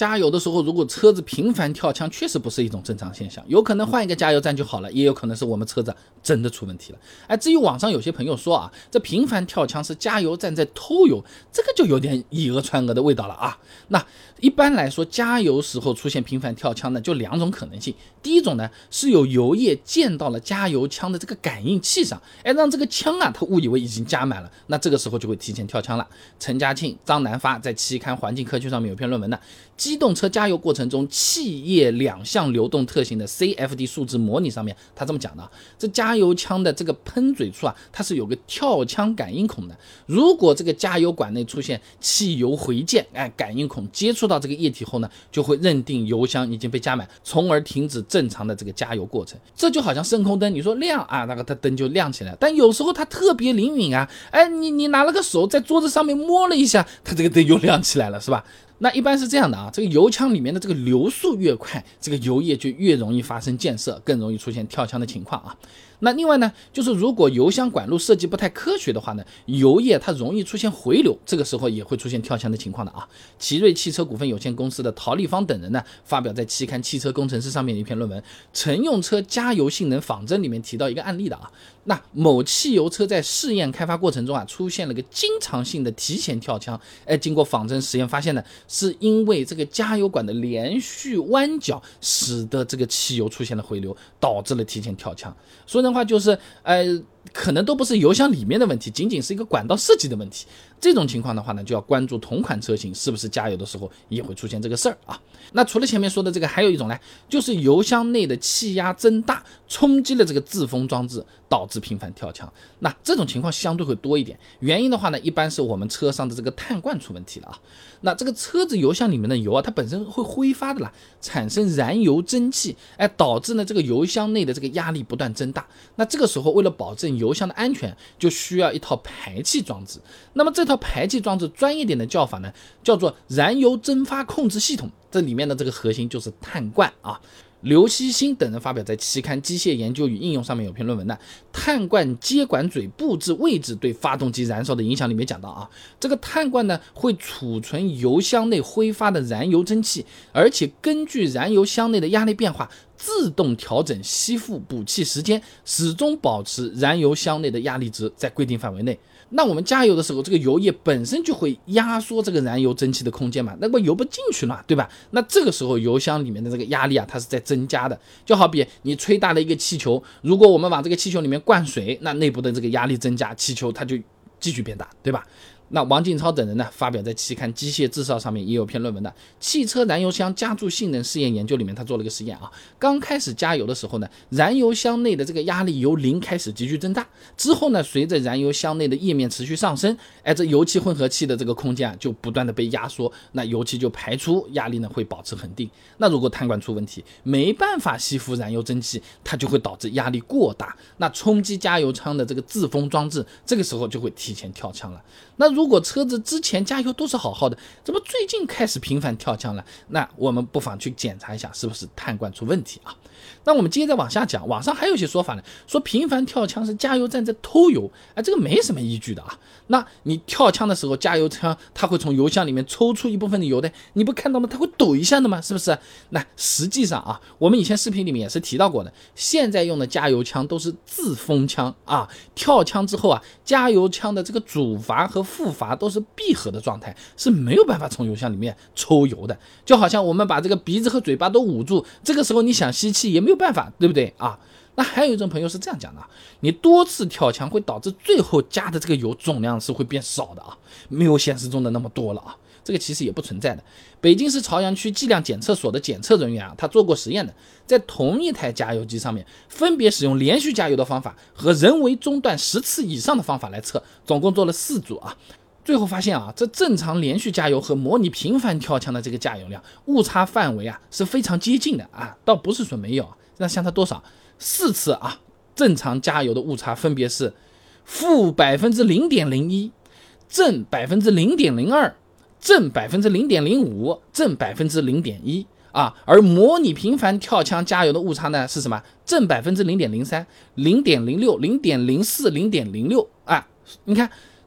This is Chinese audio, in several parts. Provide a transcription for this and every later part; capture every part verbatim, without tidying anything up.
加油的时候，如果车子频繁跳枪，确实不是一种正常现象，有可能换一个加油站就好了，也有可能是我们车子真的出问题了。哎，至于网上有些朋友说啊，这频繁跳枪是加油站在偷油，这个就有点以讹传讹的味道了啊。那一般来说，加油时候出现频繁跳枪呢，就两种可能性。第一种呢，是有油液溅到了加油枪的这个感应器上，哎，让这个枪啊，它误以为已经加满了，那这个时候就会提前跳枪了。陈家庆、张南发在期刊《环境科学》上面有篇论文呢，机动车加油过程中气液两项流动特性的 C F D 数值模拟上面，他这么讲的啊，这加油枪的这个喷嘴处啊，它是有个跳枪感应孔的。如果这个加油管内出现汽油回溅，哎，感应孔接触到这个液体后呢，就会认定油箱已经被加满，从而停止正常的这个加油过程。这就好像声控灯，你说亮啊，那个它灯就亮起来，但有时候它特别灵敏啊，哎，你你拿了个手在桌子上面摸了一下，它这个灯又亮起来了，是吧？那一般是这样的啊，这个油枪里面的这个流速越快，这个油液就越容易发生溅射，更容易出现跳枪的情况啊。那另外呢，就是如果油箱管路设计不太科学的话呢，油液它容易出现回流，这个时候也会出现跳枪的情况的啊。奇瑞汽车股份有限公司的陶立方等人呢，发表在期刊《汽车工程师》上面的一篇论文《乘用车加油性能仿真》里面提到一个案例的啊。那某汽油车在试验开发过程中啊，出现了个经常性的提前跳枪，哎，经过仿真实验发现呢，是因为这个加油管的连续弯角，使得这个汽油出现了回流，导致了提前跳枪。说人话就是，呃，可能都不是油箱里面的问题，仅仅是一个管道设计的问题。这种情况的话呢，就要关注同款车型是不是加油的时候也会出现这个事儿啊。那除了前面说的这个，还有一种呢，就是油箱内的气压增大，冲击了这个自封装置，导致频繁跳枪。那这种情况相对会多一点，原因的话呢，一般是我们车上的这个碳罐出问题了啊。那这个车子油箱里面的油啊，它本身会挥发的啦，产生燃油蒸汽，哎，导致呢这个油箱内的这个压力不断增大。那这个时候为了保证油箱的安全，就需要一套排气装置。那么这套排气装置专业点的叫法呢，叫做燃油蒸发控制系统。这里面的这个核心就是碳罐啊。刘希新等人发表在期刊《机械研究与应用》上面有篇论文呢，碳罐接管嘴布置位置对发动机燃烧的影响里面讲到啊，这个碳罐呢会储存油箱内挥发的燃油蒸汽，而且根据燃油箱内的压力变化，自动调整吸附补气时间，始终保持燃油箱内的压力值在规定范围内。那我们加油的时候，这个油液本身就会压缩这个燃油蒸汽的空间嘛，那么油不进去了，对吧？那这个时候油箱里面的这个压力啊，它是在增加的。就好比你吹大了一个气球，如果我们往这个气球里面灌水，那内部的这个压力增加，气球它就继续变大，对吧？那王劲超等人呢，发表在期刊《机械制造》上面也有篇论文的汽车燃油箱加注性能试验研究里面，他做了个实验啊。刚开始加油的时候呢，燃油箱内的这个压力由零开始急剧增大，之后呢，随着燃油箱内的液面持续上升，哎，这油气混合气的这个空间啊，就不断的被压缩，那油气就排出，压力呢会保持恒定。那如果碳罐出问题，没办法吸附燃油蒸汽，它就会导致压力过大，那冲击加油枪的这个自封装置，这个时候就会提前跳枪了。那如果车子之前加油都是好好的，怎么最近开始频繁跳枪了？那我们不妨去检查一下是不是碳罐出问题啊。那我们接着往下讲，网上还有一些说法呢，说频繁跳枪是加油站在偷油，哎，这个没什么依据的啊。那你跳枪的时候，加油枪它会从油箱里面抽出一部分的油的，你不看到吗？它会抖一下的吗？是不是？那实际上啊，我们以前视频里面也是提到过的，现在用的加油枪都是自封枪啊，跳枪之后啊，加油枪的这个主阀和副阀都是闭合的状态，是没有办法从油箱里面抽油的。就好像我们把这个鼻子和嘴巴都捂住，这个时候你想吸气也没有办法，对不对啊？那还有一种朋友是这样讲的，你多次跳枪会导致最后加的这个油总量是会变少的啊，没有显示中的那么多了啊，这个其实也不存在的。北京市朝阳区计量检测所的检测人员啊，他做过实验的，在同一台加油机上面分别使用连续加油的方法和人为中断十次以上的方法来测，总共做了四组啊。最后发现啊，这正常连续加油和模拟频繁跳枪的这个加油量误差范围啊是非常接近的啊，倒不是说没有，那相差多少？四次啊，正常加油的误差分别是负百分之零点零一、正百分之零点零二、正百分之零点零五、正百分之零点一啊，而模拟频繁跳枪加油的误差呢是什么？正百分之零点零三、零点零六、零点零四、零点零六啊，你看。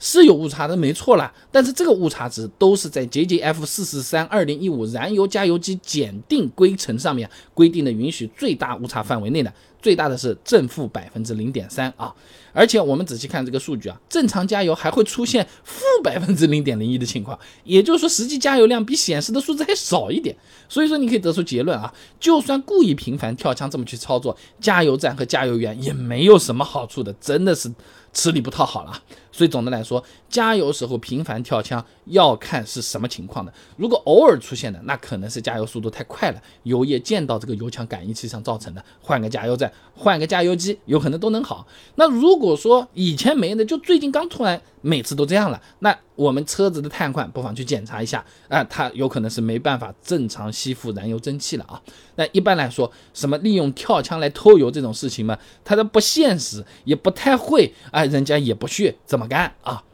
是有误差的，没错啦，但是这个误差值都是在 J J F 四四三二零一五 燃油加油机检定规程上面规定的允许最大误差范围内的，最大的是正负百分之零点三啊。而且我们仔细看这个数据啊，正常加油还会出现负百分之零点零一的情况，也就是说实际加油量比显示的数字还少一点。所以说你可以得出结论啊，就算故意频繁跳枪这么去操作，加油站和加油员也没有什么好处的，真的是吃力不讨好了。所以总的来说，加油时候频繁跳枪要看是什么情况的。如果偶尔出现的，那可能是加油速度太快了，油液溅到这个油枪感应器上造成的，换个加油站换个加油机有可能都能好。那如果说以前没的，就最近刚突然每次都这样了，那我们车子的碳块不妨去检查一下啊、呃，它有可能是没办法正常吸附燃油蒸汽了啊。那一般来说，什么利用跳枪来偷油这种事情嘛，它的不现实，也不太会啊、呃，人家也不屑这么干啊。